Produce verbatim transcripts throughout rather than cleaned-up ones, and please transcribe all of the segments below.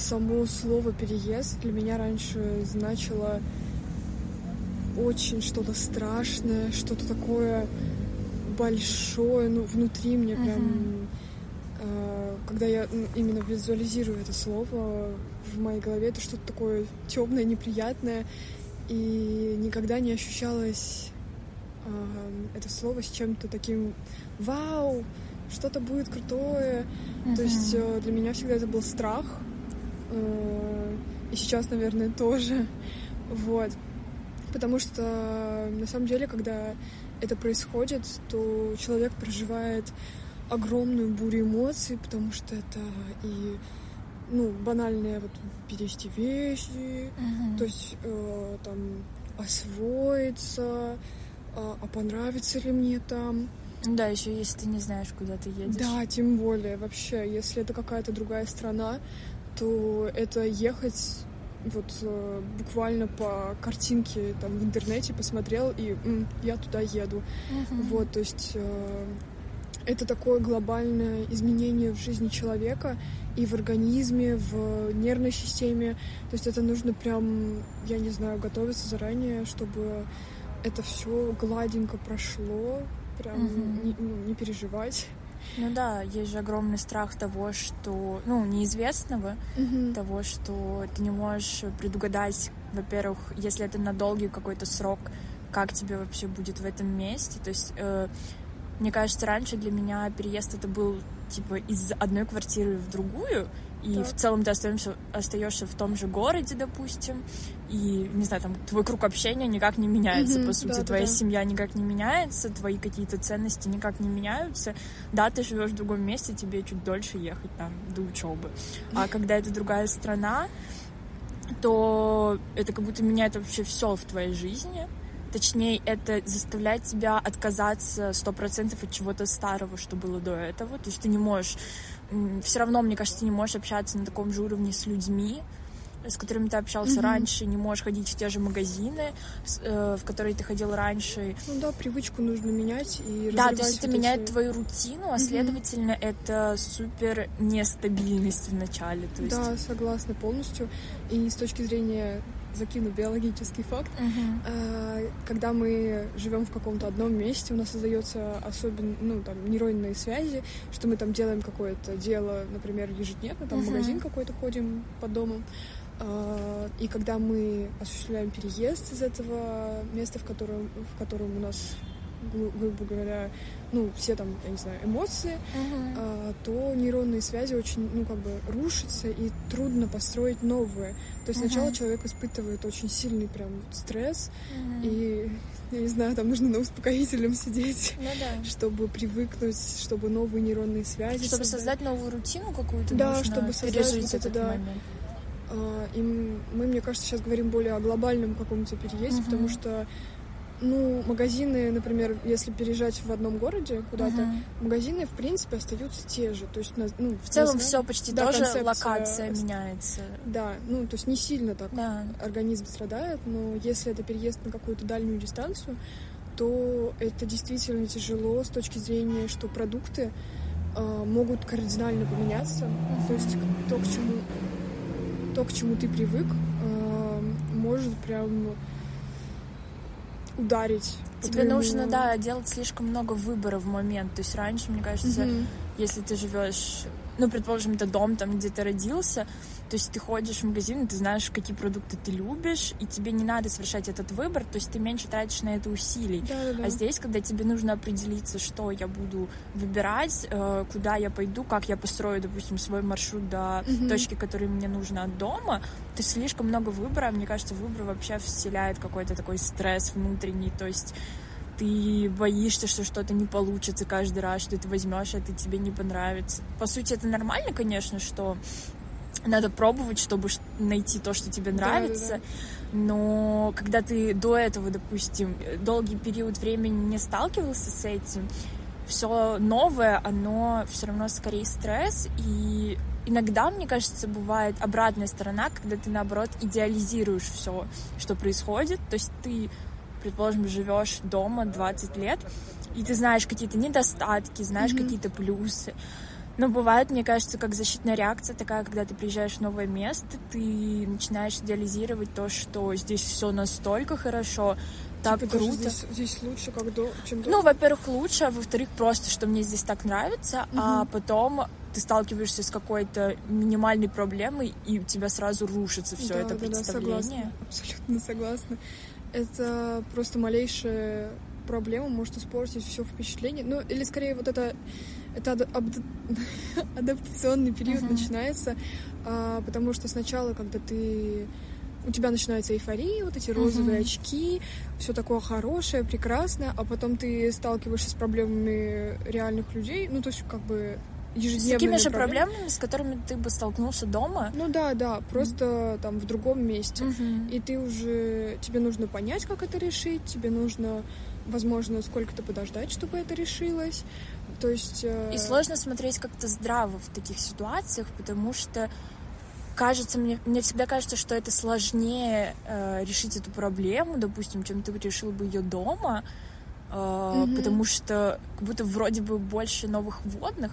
само слово «переезд» для меня раньше значило очень что-то страшное, что-то такое большое, ну, внутри мне прям... Uh-huh. Э, когда я именно визуализирую это слово, в моей голове это что-то такое темное, неприятное, и никогда не ощущалось э, это слово с чем-то таким «Вау! Что-то будет крутое!» Uh-huh. То есть э, для меня всегда это был страх, э, и сейчас, наверное, тоже. Вот. Потому что, на самом деле, когда это происходит, то человек проживает огромную бурю эмоций, потому что это и, ну, банальное вот перевести вещи, uh-huh. то есть э, там освоиться, а, а понравится ли мне там. Да, еще если ты не знаешь, куда ты едешь. Да, тем более, вообще, если это какая-то другая страна, то это ехать... Вот э, буквально по картинке там в интернете посмотрел, и м, я туда еду. Uh-huh. Вот, то есть э, это такое глобальное изменение в жизни человека и в организме, в нервной системе. То есть это нужно прям, я не знаю, готовиться заранее, чтобы это все гладенько прошло, прям uh-huh. не, ну, не переживать. Ну да, есть же огромный страх того, что, ну, неизвестного, mm-hmm. того, что ты не можешь предугадать, во-первых, если это на долгий какой-то срок, как тебе вообще будет в этом месте. То есть, э, мне кажется, раньше для меня переезд это был, типа, из одной квартиры в другую, и так. в целом ты остаешься, остаешься в том же городе, допустим, и, не знаю, там, твой круг общения никак не меняется, mm-hmm, по сути, да, твоя да, семья да. никак не меняется, твои какие-то ценности никак не меняются. Да, ты живешь в другом месте, тебе чуть дольше ехать там до учебы. А когда это другая страна, то это как будто меняет вообще все в твоей жизни. Точнее, это заставляет тебя отказаться сто процентов от чего-то старого, что было до этого. То есть ты не можешь... Все равно, мне кажется, ты не можешь общаться на таком же уровне с людьми, с которыми ты общался mm-hmm. раньше, не можешь ходить в те же магазины, в которые ты ходил раньше. Ну да, привычку нужно менять и да, то есть это вот меняет эти... твою рутину, а mm-hmm. следовательно, это супер нестабильность в начале. То есть... Да, согласна полностью. И с точки зрения... закину биологический факт. Uh-huh. Когда мы живем в каком-то одном месте, у нас создается особенно, ну, там, нейронные связи, что мы там делаем какое-то дело, например, ежедневно, там, uh-huh. в магазин какой-то ходим по дому. И когда мы осуществляем переезд из этого места, в котором, в котором у нас, грубо говоря, ну, все там, я не знаю, эмоции, uh-huh. то нейронные связи очень, ну, как бы рушатся, и трудно построить новые. То есть uh-huh. сначала человек испытывает очень сильный прям стресс, uh-huh. и, я не знаю, там нужно на успокоительном сидеть, ну, да. чтобы привыкнуть, чтобы новые нейронные связи Чтобы создать. создать новую рутину какую-то, да, нужно чтобы пережить вот этот да. момент. И мы, мне кажется, сейчас говорим более о глобальном каком-то переезде, uh-huh. потому что ну, магазины, например, если переезжать в одном городе куда-то, uh-huh. магазины, в принципе, остаются те же. То есть, ну, в целом все почти да, тоже концепция... локация меняется. Да, ну, то есть не сильно так да. организм страдает, но если это переезд на какую-то дальнюю дистанцию, то это действительно тяжело с точки зрения, что продукты э, могут кардинально поменяться. Uh-huh. То есть то, к чему, то, к чему ты привык, э, может прям... ударить. Тебе твоему... нужно, да, делать слишком много выбора в момент. То есть раньше, мне кажется, mm-hmm. если ты живешь, ну, предположим, это дом, там, где ты родился, то есть ты ходишь в магазин, и ты знаешь, какие продукты ты любишь, и тебе не надо совершать этот выбор, то есть ты меньше тратишь на это усилий. Да-да-да. А здесь, когда тебе нужно определиться, что я буду выбирать, э, куда я пойду, как я построю, допустим, свой маршрут до mm-hmm. точки, которая мне нужна от дома, то есть слишком много выбора. Мне кажется, выбор вообще вселяет какой-то такой стресс внутренний, то есть ты боишься, что что-то не получится каждый раз, что ты возьмешь, а это тебе не понравится. По сути, это нормально, конечно, что надо пробовать, чтобы найти то, что тебе нравится, да, да, да. Но когда ты до этого, допустим, долгий период времени не сталкивался с этим, все новое, оно все равно скорее стресс, и иногда, мне кажется, бывает обратная сторона, когда ты, наоборот, идеализируешь все, что происходит, то есть ты, предположим, живешь дома двадцать лет, и ты знаешь какие-то недостатки, знаешь mm-hmm. какие-то плюсы, Но бывает, мне кажется, как защитная реакция такая, когда ты приезжаешь в новое место, ты начинаешь идеализировать то, что здесь все настолько хорошо, так типа, круто. Здесь, здесь лучше, как до, чем до. Ну, во-первых, лучше, а во-вторых, просто, что мне здесь так нравится, угу. а потом ты сталкиваешься с какой-то минимальной проблемой, и у тебя сразу рушится все да, это да, представление. Да, согласна. Абсолютно согласна. Это просто малейшая проблема может испортить все впечатление. Ну, или скорее вот это, это ад- ад- адаптационный период uh-huh. начинается, а, потому что сначала, когда ты... У тебя начинается эйфория, вот эти розовые uh-huh. очки, все такое хорошее, прекрасное, а потом ты сталкиваешься с проблемами реальных людей, ну, то есть как бы ежедневными С такими же проблемами, проблемами, с которыми ты бы столкнулся дома? Ну да, да, просто mm-hmm. там в другом месте. Mm-hmm. И ты уже... Тебе нужно понять, как это решить, тебе нужно, возможно, сколько-то подождать, чтобы это решилось. То есть... Э... И сложно смотреть как-то здраво в таких ситуациях, потому что кажется, мне, мне всегда кажется, что это сложнее э, решить эту проблему, допустим, чем ты решил бы ее дома, э, mm-hmm. потому что как будто вроде бы больше новых вводных,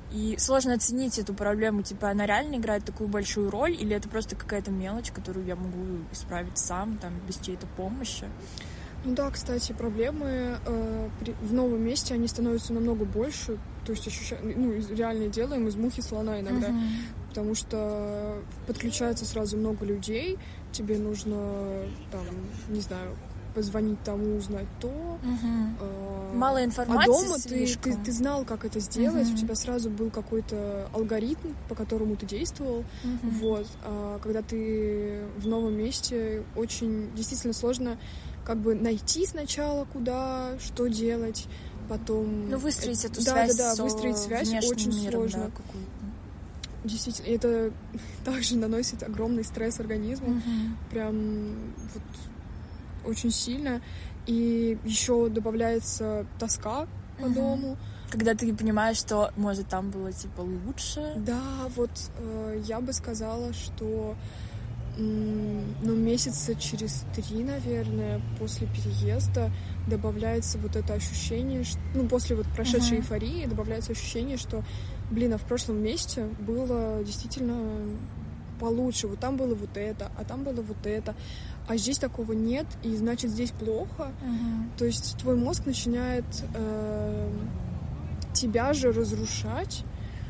и сложно оценить эту проблему, типа, она реально играет такую большую роль, или это просто какая-то мелочь, которую я могу исправить сам, там, без чьей-то помощи. Ну да, кстати, проблемы э, при, в новом месте, они становятся намного больше, то есть ощущаем, ну, реально делаем из мухи слона иногда, uh-huh. потому что подключается сразу много людей, тебе нужно, там, не знаю, позвонить тому, узнать то. Uh-huh. Э, Мало информации. А дома ты, ты, ты знал, как это сделать, uh-huh. у тебя сразу был какой-то алгоритм, по которому ты действовал. Uh-huh. Вот. А когда ты в новом месте, очень действительно сложно как бы найти сначала, куда, что делать, потом... Ну, выстроить эту да, связь да, да, со выстроить связь очень миром, сложно. Да, действительно, это также наносит огромный стресс организму. Uh-huh. Прям вот очень сильно. И еще добавляется тоска по uh-huh. дому. Когда ты понимаешь, что, может, там было, типа, лучше. Да, вот э, я бы сказала, что м- ну, месяца через три, наверное, после переезда добавляется вот это ощущение, что, ну, после вот прошедшей uh-huh. эйфории добавляется ощущение, что, блин, а в прошлом месте было действительно получше. Вот там было вот это, а там было вот это. А здесь такого нет, и значит, здесь плохо. Uh-huh. То есть твой мозг начинает э, тебя же разрушать.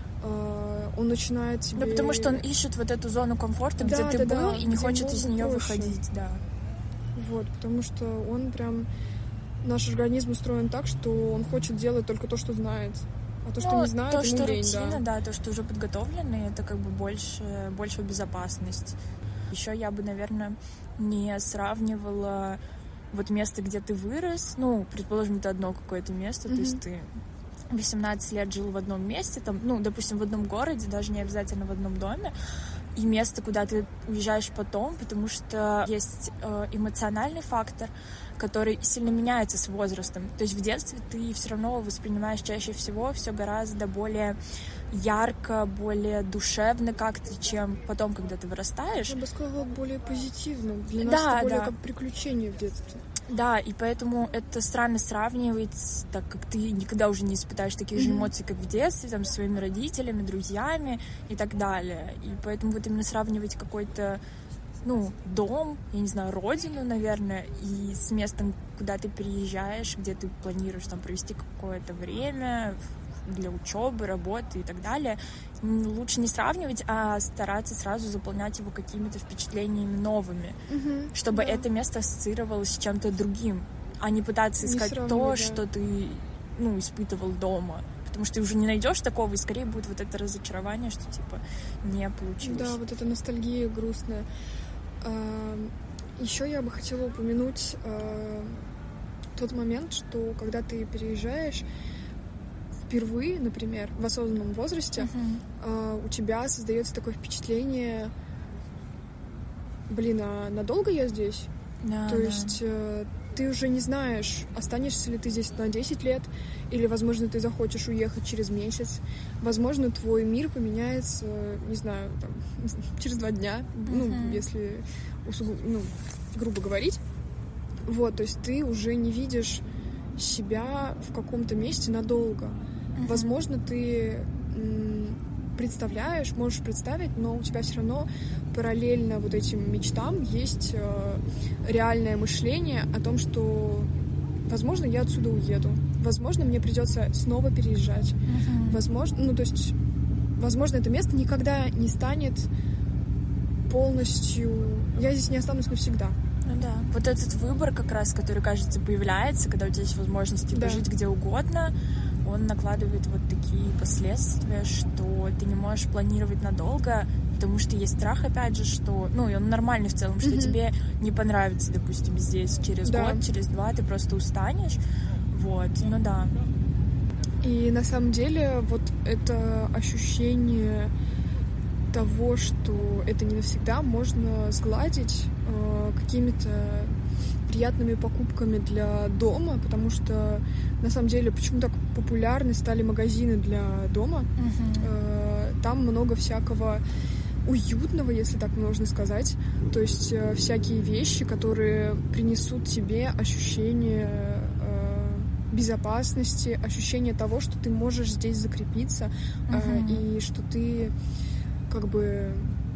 Э, он начинает тебе... Ну, потому что он ищет вот эту зону комфорта, да, где да, ты да, был, и не хочет из нее проще. выходить, да. Вот, потому что он прям... Наш организм устроен так, что он хочет делать только то, что знает. А то, ну, что не знает, то, ему что лень, рутина, да. да, то, что уже подготовлено, это как бы больше, больше безопасность. Еще я бы, наверное, не сравнивала вот место, где ты вырос. Ну, предположим, это одно какое-то место, mm-hmm. то есть ты восемнадцать лет жил в одном месте, там, ну, допустим, в одном городе, даже не обязательно в одном доме, и место, куда ты уезжаешь потом, потому что есть э, эмоциональный фактор, который сильно меняется с возрастом. То есть в детстве ты все равно воспринимаешь чаще всего все гораздо более ярко, более душевно как-то, чем потом, когда ты вырастаешь. Я бы сказала, более позитивно. Для да, нас это более да. как приключение в детстве. Да, и поэтому это странно сравнивать, так как ты никогда уже не испытаешь таких mm-hmm. же эмоций, как в детстве, там, с своими родителями, друзьями и так далее. И поэтому вот именно сравнивать какой-то, ну, дом, я не знаю, родину, наверное, и с местом, куда ты переезжаешь, где ты планируешь там провести какое-то время для учебы, работы и так далее, лучше не сравнивать, а стараться сразу заполнять его какими-то впечатлениями новыми, угу, чтобы да. это место ассоциировалось с чем-то другим, а не пытаться искать не то, да. что ты, ну, испытывал дома. Потому что ты уже не найдешь такого, и скорее будет вот это разочарование, что типа не получилось. Да, вот эта ностальгия грустная. Еще я бы хотела упомянуть тот момент, что когда ты переезжаешь впервые, например, в осознанном возрасте, uh-huh. у тебя создается такое впечатление: блин, а надолго я здесь? Да, То да. есть ты уже не знаешь, останешься ли ты здесь на десять лет, или, возможно, ты захочешь уехать через месяц. Возможно, твой мир поменяется, не знаю, там, через два дня, uh-huh. ну, если, ну, грубо говорить. Вот, то есть ты уже не видишь себя в каком-то месте надолго. Uh-huh. Возможно, ты м- представляешь, можешь представить, но у тебя все равно параллельно вот этим мечтам есть э, реальное мышление о том, что, возможно, я отсюда уеду, возможно, мне придется снова переезжать, uh-huh. возможно, ну, то есть, возможно, это место никогда не станет полностью... Я здесь не останусь навсегда. Ну да. Вот этот выбор как раз, который, кажется, появляется, когда у тебя есть возможность типа, да. жить где угодно, он накладывает вот такие последствия, что ты не можешь планировать надолго, потому что есть страх, опять же, что... Ну, и он нормальный в целом, что mm-hmm. тебе не понравится, допустим, здесь через да. год, через два, ты просто устанешь. Вот, ну да. И на самом деле вот это ощущение того, что это не навсегда, можно сгладить э, какими-то приятными покупками для дома, потому что на самом деле почему так популярны стали магазины для дома. Uh-huh. Э, там много всякого уютного, если так можно сказать. То есть э, всякие вещи, которые принесут тебе ощущение э, безопасности, ощущение того, что ты можешь здесь закрепиться, uh-huh. э, и что ты как бы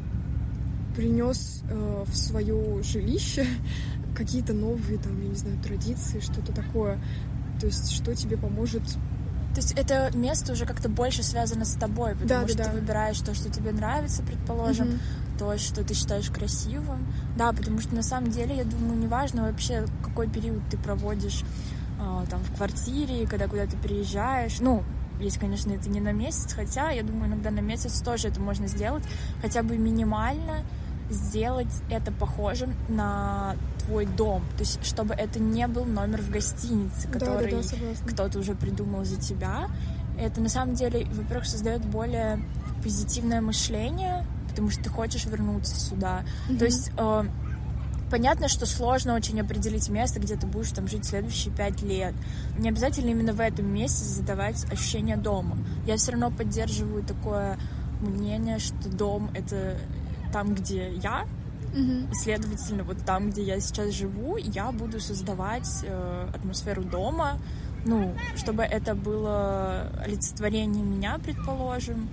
принес э, в свое жилище какие-то новые, там, я не знаю, традиции, что-то такое. То есть, что тебе поможет... То есть, это место уже как-то больше связано с тобой, потому да, что да, ты да. выбираешь то, что тебе нравится, предположим, mm-hmm. то, что ты считаешь красивым. Да, потому что, на самом деле, я думаю, неважно вообще, какой период ты проводишь э, там в квартире, когда куда ты приезжаешь. Ну, если, конечно, это не на месяц, хотя, я думаю, иногда на месяц тоже это можно сделать, хотя бы минимально сделать это похожим на твой дом, то есть чтобы это не был номер в гостинице, который да, да, да, кто-то уже придумал за тебя. Это на самом деле, во-первых, создает более позитивное мышление, потому что ты хочешь вернуться сюда. Mm-hmm. То есть э, понятно, что сложно очень определить место, где ты будешь там жить следующие пять лет. Не обязательно именно в этом месте задавать ощущение дома. Я все равно поддерживаю такое мнение, что дом — это там, где я, mm-hmm. и, следовательно, вот там, где я сейчас живу, я буду создавать э, атмосферу дома, ну, чтобы это было олицетворение меня, предположим.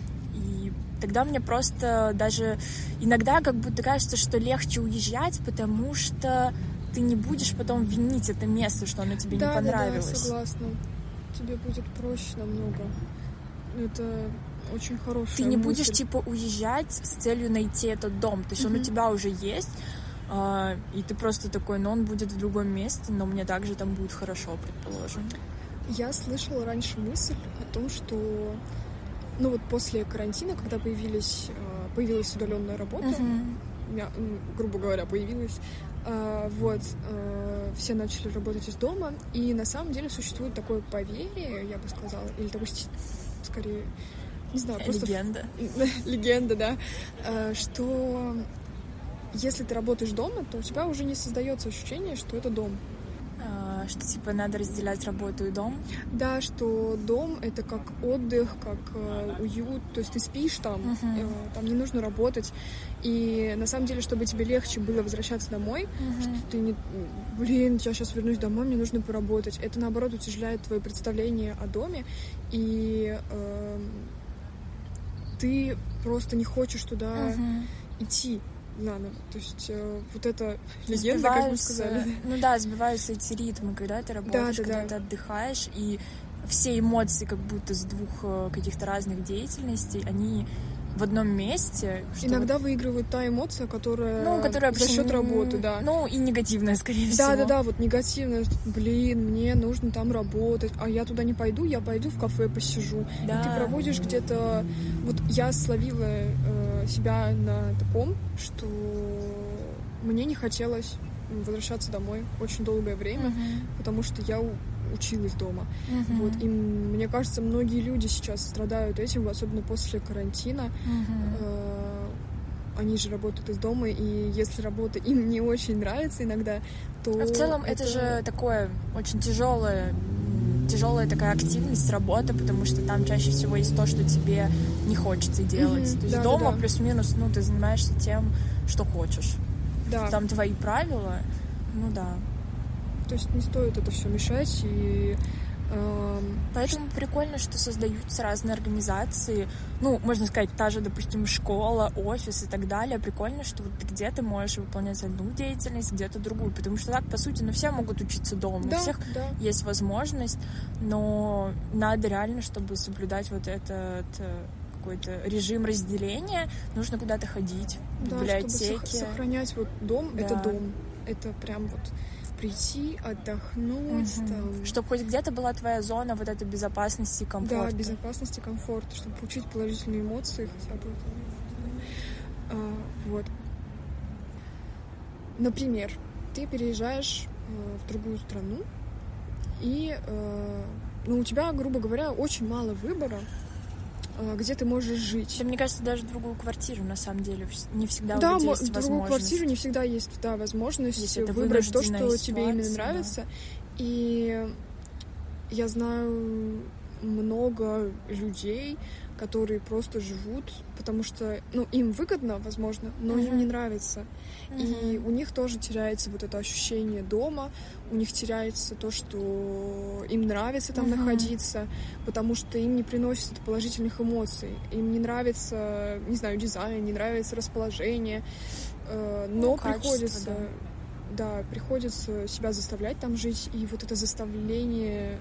И тогда мне просто даже иногда как будто кажется, что легче уезжать, потому что ты не будешь потом винить это место, что оно тебе да, не понравилось. Да, да, согласна. Тебе будет проще намного. Это очень хорошая Ты не мысль. будешь, типа, уезжать с целью найти этот дом. То есть mm-hmm. он у тебя уже есть, э, и ты просто такой, ну, он будет в другом месте, но мне также там будет хорошо, предположим. Я слышала раньше мысль о том, что, ну, вот после карантина, когда появились, появилась удаленная работа, mm-hmm. меня, грубо говоря, появилась, э, вот, э, все начали работать из дома, и на самом деле существует такое поверье, я бы сказала, или такой, скорее... Не знаю, просто... Легенда. Легенда, да. Что если ты работаешь дома, то у тебя уже не создается ощущение, что это дом. А, что, типа, надо разделять работу и дом? Да, что дом — это как отдых, как э, уют. То есть ты спишь там, uh-huh. э, там не нужно работать. И на самом деле, чтобы тебе легче было возвращаться домой, uh-huh. что ты не... Блин, я сейчас вернусь домой, мне нужно поработать. Это, наоборот, утяжеляет твое представление о доме. И... Э, ты просто не хочешь туда uh-huh. идти заново. То есть э, вот эта легенда, как мы сказали. Ну да, сбиваются эти ритмы, когда ты работаешь, да, да, когда да. ты отдыхаешь, и все эмоции как будто с двух каких-то разных деятельностей, они в одном месте. Что иногда вот... выигрывает та эмоция, которая, ну, которая за счет работы, да. Ну, и негативная, скорее всего. Да-да-да, вот негативная. Блин, мне нужно там работать, а я туда не пойду, я пойду в кафе посижу. Да. И ты проводишь где-то... Вот я словила э, себя на таком, что мне не хотелось возвращаться домой очень долгое время, uh-huh. потому что я училась дома. Uh-huh. Вот. И мне кажется, многие люди сейчас страдают этим, особенно после карантина. Uh-huh. Э, они же работают из дома, и если работа им не очень нравится иногда, то... А в целом это, это же такое очень тяжелое, тяжелая такая активность, работа, потому что там чаще всего есть то, что тебе не хочется делать. Uh-huh. То есть да, дома да, да. плюс-минус, ну, ты занимаешься тем, что хочешь. Да. Там твои правила, ну да. То есть не стоит это все мешать, и Поэтому прикольно, что создаются разные организации. Ну, можно сказать, та же, допустим, школа, офис и так далее. Прикольно, что вот ты где-то можешь выполнять одну деятельность, где-то другую. Потому что так, по сути, ну, все могут учиться дома. Да, у всех да. есть возможность, но надо реально, чтобы соблюдать вот этот какой-то режим разделения, нужно куда-то ходить, в да, библиотеке. Чтобы сохранять вот дом, да. Это дом. Это прям вот прийти, отдохнуть. Угу. Там. Чтобы хоть где-то была твоя зона вот этой безопасности и комфорта. Да, безопасности, комфорта, чтобы получить положительные эмоции хотя бы. А, вот. Например, ты переезжаешь э, в другую страну, и э, ну, у тебя, грубо говоря, очень мало выбора, э, где ты можешь жить. Да, мне кажется, даже в другую квартиру, на самом деле, не всегда да, у людей есть возможность. Да, в другую квартиру не всегда есть да, возможность Если выбрать то, что ситуация, тебе именно нравится. Да. И я знаю много людей, которые просто живут, потому что, ну, им выгодно, возможно, но uh-huh. им не нравится. Uh-huh. И у них тоже теряется вот это ощущение дома, у них теряется то, что им нравится там uh-huh. находиться, потому что им не приносит это положительных эмоций. Им не нравится, не знаю, дизайн, не нравится расположение, но ну, приходится... Да. Да, приходится себя заставлять там жить, и вот это заставление...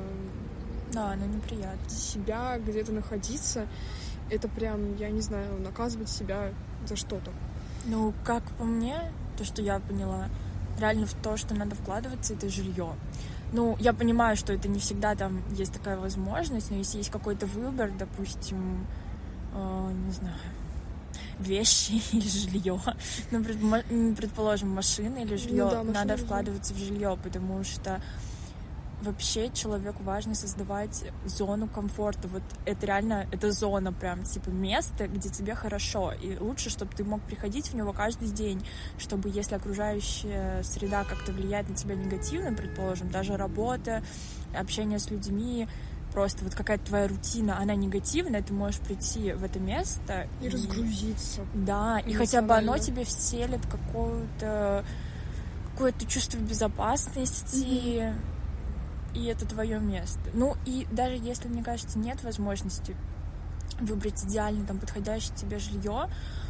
Да, оно неприятно. Себя где-то находиться, это прям, я не знаю, наказывать себя за что-то. Ну, как по мне, то, что я поняла, реально в то, что надо вкладываться, это жилье. Ну, я понимаю, что это не всегда там есть такая возможность, но если есть какой-то выбор, допустим, э, не знаю, вещи или жилье, ну, предположим, машина или жилье, ну, да, надо вкладываться в жилье, потому что вообще человеку важно создавать зону комфорта. Вот это реально, это зона прям, типа место, где тебе хорошо. И лучше, чтобы ты мог приходить в него каждый день, чтобы если окружающая среда как-то влияет на тебя негативно, предположим, даже работа, общение с людьми, просто вот какая-то твоя рутина, она негативная, ты можешь прийти в это место и, и... разгрузиться. Да, и хотя бы оно тебе вселит какое-то какое-то чувство безопасности, mm-hmm. и это твое место. Ну, и даже если, мне кажется, нет возможности выбрать идеально там подходящее тебе жилье,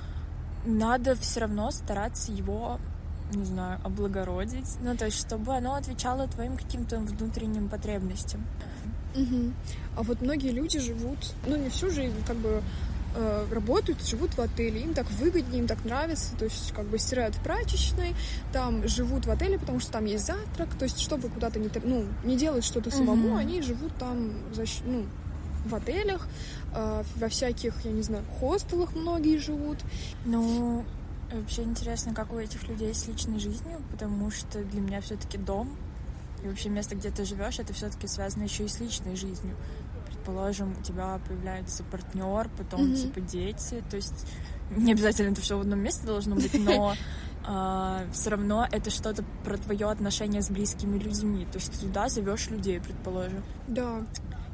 надо все равно стараться его, не знаю, облагородить. Ну, то есть, чтобы оно отвечало твоим каким-то внутренним потребностям. Угу. А вот многие люди живут, ну, не всю жизнь, как бы э, работают, живут в отеле, им так выгоднее, им так нравится, то есть как бы стирают в прачечной, там живут в отеле, потому что там есть завтрак, то есть чтобы куда-то не, ну, не делать что-то самому, угу. они живут там, ну, в отелях, э, во всяких, я не знаю, хостелах многие живут. Ну, вообще интересно, как у этих людей с личной жизнью, потому что для меня все-таки дом и вообще место, где ты живешь, это все-таки связано еще и с личной жизнью. Предположим, у тебя появляется партнер, потом mm-hmm. типа дети. То есть не обязательно это все в одном месте должно быть, но а, все равно это что-то про твое отношение с близкими людьми. То есть ты туда зовешь людей, предположим. Да.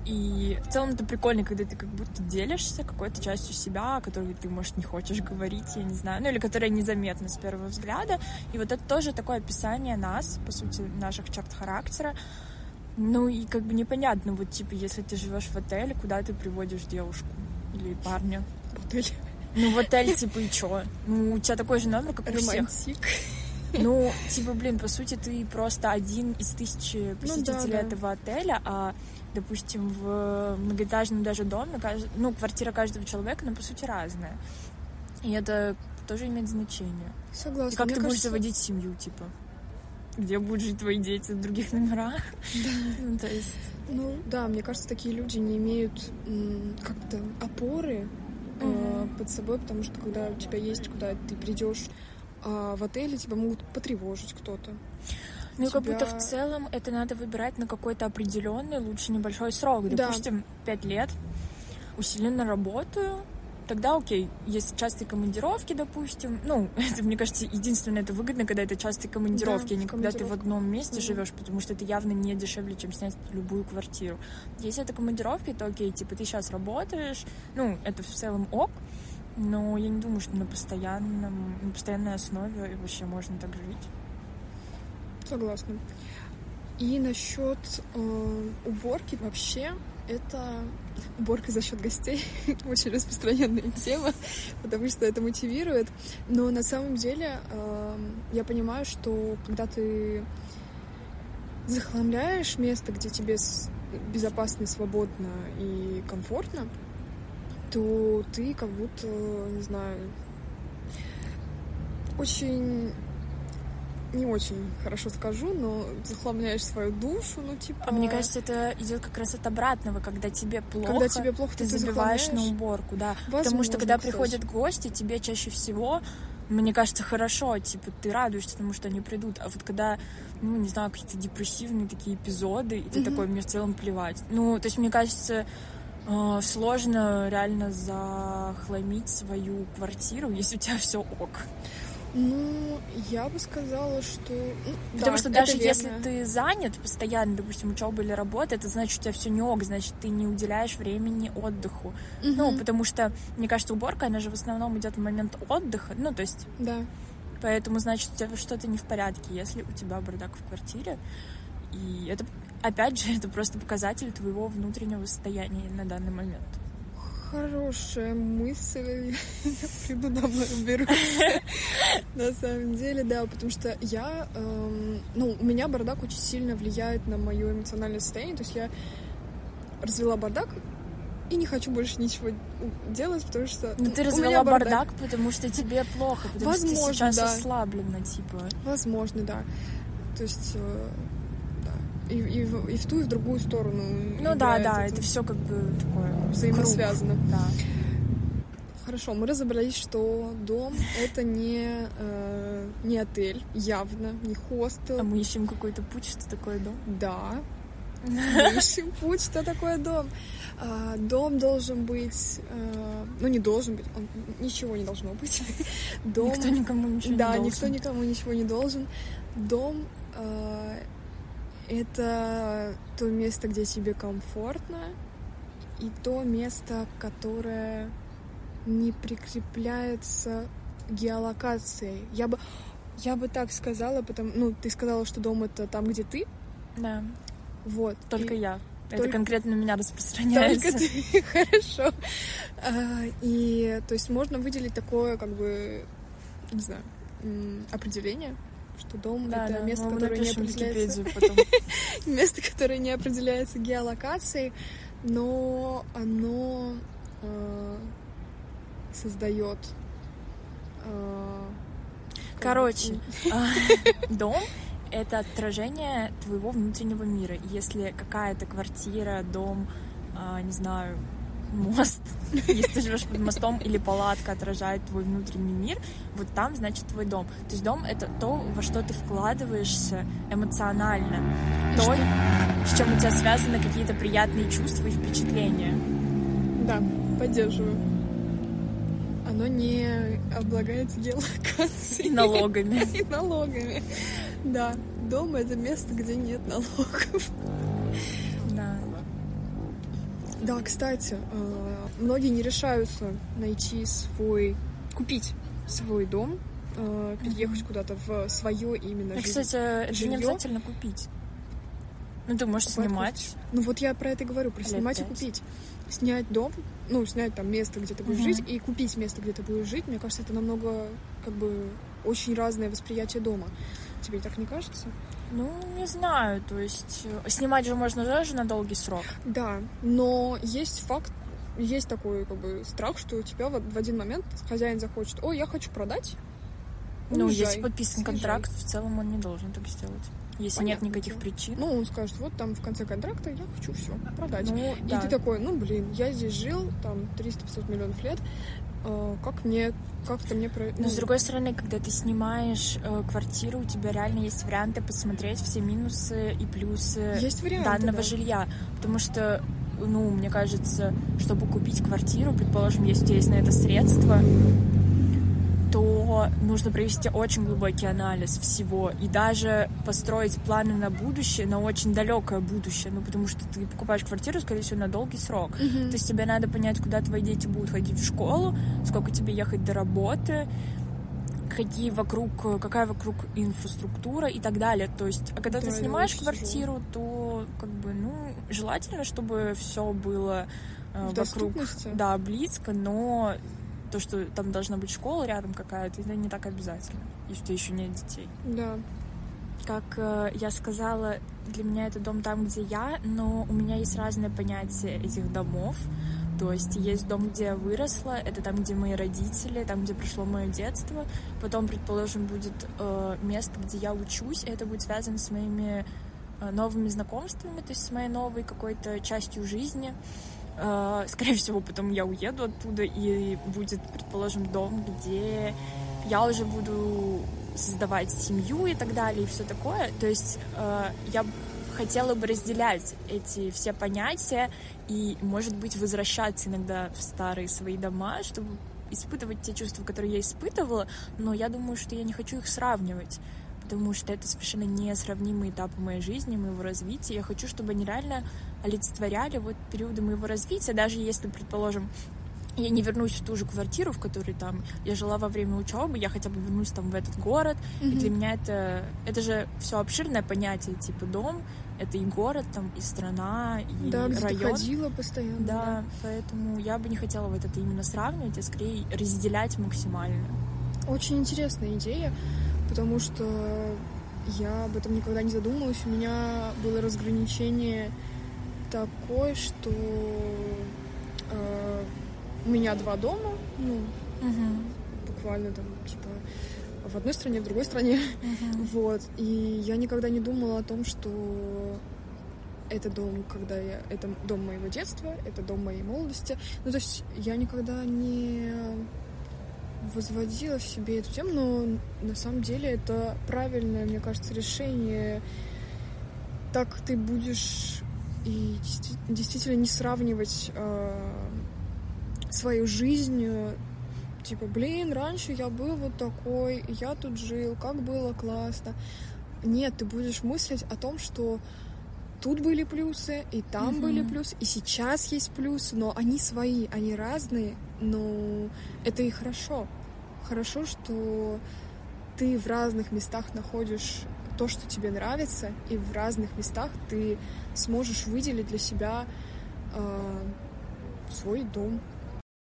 И в целом это прикольно, когда ты как будто делишься какой-то частью себя, о которой ты, может, не хочешь говорить, я не знаю, ну или которая незаметна с первого взгляда. И вот это тоже такое описание нас, по сути, наших черт характера. Ну и как бы непонятно, вот типа, если ты живешь в отеле, куда ты приводишь девушку или парня? В отель. Ну в отель, типа, и чё? Ну у тебя такой же номер, как у всех. Романтик. Ну, типа, блин, по сути, ты просто один из тысячи посетителей ну, да, да. этого отеля, а, допустим, в многоэтажном даже доме, ну, квартира каждого человека, она, по сути, разная. И это тоже имеет значение. Согласна. И как Мне ты кажется... будешь заводить семью, типа? Где будут жить твои дети в других номерах? Да. Ну, то есть... Ну, да, мне кажется, такие люди не имеют м, как-то опоры mm-hmm. э, под собой, потому что когда у тебя есть, куда ты придешь, а в отеле тебя могут потревожить кто-то. Ну и тебя... как будто в целом это надо выбирать на какой-то определенный, лучше небольшой срок. Допустим, пять да. лет, усиленно работаю, тогда окей. Есть частые командировки, допустим. Ну, это, мне кажется, единственное, это выгодно, когда это частые командировки, да, а не когда ты в одном месте mm-hmm. живешь, потому что это явно не дешевле, чем снять любую квартиру. Если это командировки, то окей, типа ты сейчас работаешь, ну, это в целом ок. Но я не думаю, что на постоянном, на постоянной основе вообще можно так жить. Согласна. И насчет э, уборки вообще, это уборка за счет гостей. Очень распространенная тема, потому что это мотивирует. Но на самом деле э, я понимаю, что когда ты захламляешь место, где тебе безопасно, свободно и комфортно, то ты как будто, не знаю, очень... не очень хорошо скажу, но захламляешь свою душу, ну, типа... А мне кажется, это идет как раз от обратного, когда тебе плохо, когда тебе плохо ты, ты забиваешь на уборку, да. Возможно, потому что, когда кстати. приходят гости, тебе чаще всего, мне кажется, хорошо, типа, ты радуешься тому, что они придут, а вот когда, ну, не знаю, какие-то депрессивные такие эпизоды, и ты mm-hmm. такой, мне в целом плевать. Ну, то есть, мне кажется, сложно реально захламить свою квартиру, если у тебя все ок. Ну, я бы сказала, что... Ну, Потому да, что даже верно. если ты занят постоянно, допустим, учеба или работа, это значит, у тебя все не ок, значит, ты не уделяешь времени отдыху. Mm-hmm. Ну, потому что, мне кажется, уборка, она же в основном идет в момент отдыха, ну, то есть... Да. Поэтому, значит, у тебя что-то не в порядке, если у тебя бардак в квартире. И это, опять же, это просто показатель твоего внутреннего состояния на данный момент. Хорошая мысль. Я приду домой, уберусь. На самом деле, да, потому что я... Эм, ну, у меня бардак очень сильно влияет на мое эмоциональное состояние. То есть я развела бардак и не хочу больше ничего делать, потому что... Ну, ты развела бардак, бардак, потому что тебе плохо, потому Возможно, что ты сейчас да. ослаблена, типа. Возможно, да. То есть... Э, И, и, в, и в ту, и в другую сторону. Ну да, да, это, это все как бы такое взаимосвязано. Круг. Да. Хорошо, мы разобрались, что дом — это не, э, не отель, явно, не хостел. А мы ищем какой-то путь, что такое дом? Да, мы ищем путь, что такое дом. А, дом должен быть... Э, ну, не должен быть, он, ничего не должно быть. Дом, никто никому ничего да, не должен. Да, никто никому ничего не должен. Дом... Э, это то место, где тебе комфортно, и то место, которое не прикрепляется геолокацией. Я бы, я бы так сказала, потому, ну, ты сказала, что дом — это там, где ты. Да. Вот. Только и... я. Только... Это конкретно на меня распространяется. Только ты. Хорошо. А, и, то есть, можно выделить такое, как бы, не знаю, определение, что дом да, — это да. место, мы которое не определяется... потом. место, которое не определяется геолокацией, но оно э, создает... Э, Короче, дом — это отражение твоего внутреннего мира. Если какая-то квартира, дом, не знаю, мост, если ты живешь под мостом, или палатка отражает твой внутренний мир, вот там, значит, твой дом. То есть дом — это то, во что ты вкладываешься эмоционально, то, что? С чем у тебя связаны какие-то приятные чувства и впечатления. Да, поддерживаю. Оно не облагается геолокацией. И налогами. И налогами. Да, дом — это место, где нет налогов. Да. Да, кстати, многие не решаются найти свой, купить свой дом, переехать mm-hmm. куда-то в свое именно жилье. Кстати, это не обязательно купить. Ну, ты можешь Купать снимать. Купить. Ну, вот я про это и говорю, про Лет снимать пять. И купить. Снять дом, ну, снять там место, где ты будешь mm-hmm. жить, и купить место, где ты будешь жить. Мне кажется, это намного, как бы, очень разное восприятие дома. Тебе так не кажется? Ну, не знаю, то есть снимать же можно даже на долгий срок. Да, но есть факт, есть такой, как бы, страх, что у тебя в, в один момент хозяин захочет: о, я хочу продать. Ну, уезжай, если подписан съезжай. Контракт, в целом он не должен так сделать. Если Понятно, нет никаких да. причин. Ну, он скажет: вот там в конце контракта я хочу все продать. Ну, и да. ты такой: ну, блин, я здесь жил там триста-пятьсот миллионов лет, э, как мне, как-то мне... Про... Но, ну, с другой стороны, когда ты снимаешь э, квартиру, у тебя реально есть варианты посмотреть все минусы и плюсы есть варианты, данного да. жилья. Потому что, ну, мне кажется, чтобы купить квартиру, предположим, если у тебя есть на это средства, то нужно провести очень глубокий анализ всего и даже построить планы на будущее, на очень далекое будущее, ну, потому что ты покупаешь квартиру, скорее всего, на долгий срок. Mm-hmm. То есть тебе надо понять, куда твои дети будут ходить в школу, сколько тебе ехать до работы, какие вокруг, какая вокруг инфраструктура и так далее. То есть, а когда Да, ты снимаешь очень квартиру, то как бы, ну, желательно, чтобы все было э, В вокруг, доступности? да, близко, но то, что там должна быть школа рядом какая-то, это не так обязательно, если у тебя еще нет детей. Да. Как э, я сказала, для меня это дом там, где я, но у меня есть разное понятие этих домов. То есть есть дом, где я выросла, это там, где мои родители, там, где прошло мое детство. Потом, предположим, будет э, место, где я учусь, и это будет связано с моими э, новыми знакомствами, то есть с моей новой какой-то частью жизни. Э, скорее всего, потом я уеду оттуда, и будет, предположим, дом, где я уже буду создавать семью и так далее, и все такое. То есть э, я хотела бы разделять эти все понятия и, может быть, возвращаться иногда в старые свои дома, чтобы испытывать те чувства, которые я испытывала, но я думаю, что я не хочу их сравнивать, потому что это совершенно несравнимые этапы моей жизни, моего развития. Я хочу, чтобы они реально олицетворяли вот периоды моего развития, даже если, предположим, я не вернусь в ту же квартиру, в которой там я жила во время учебы, я хотя бы вернусь там в этот город. Mm-hmm. И для меня это, это же все обширное понятие, типа дом, это и город, там, и страна, и да, где район. Ты ходила постоянно. Да, да, поэтому я бы не хотела вот это именно сравнивать, а скорее разделять максимально. Очень интересная идея, потому что я об этом никогда не задумывалась. У меня было разграничение такое, что э, у меня два дома, ну, uh-huh. буквально там, типа, в одной стране, в другой стране, uh-huh. вот, и я никогда не думала о том, что это дом, когда я, это дом моего детства, это дом моей молодости, ну, то есть я никогда не возводила в себе эту тему, но на самом деле это правильное, мне кажется, решение, так ты будешь и действительно не сравнивать э, свою жизнь, типа, блин, раньше я был вот такой, я тут жил, как было классно. Нет, ты будешь мыслить о том, что тут были плюсы, и там mm-hmm. были плюсы, и сейчас есть плюсы, но они свои, они разные, но это и хорошо. Хорошо, что ты в разных местах находишь то, что тебе нравится, и в разных местах ты сможешь выделить для себя э, свой дом.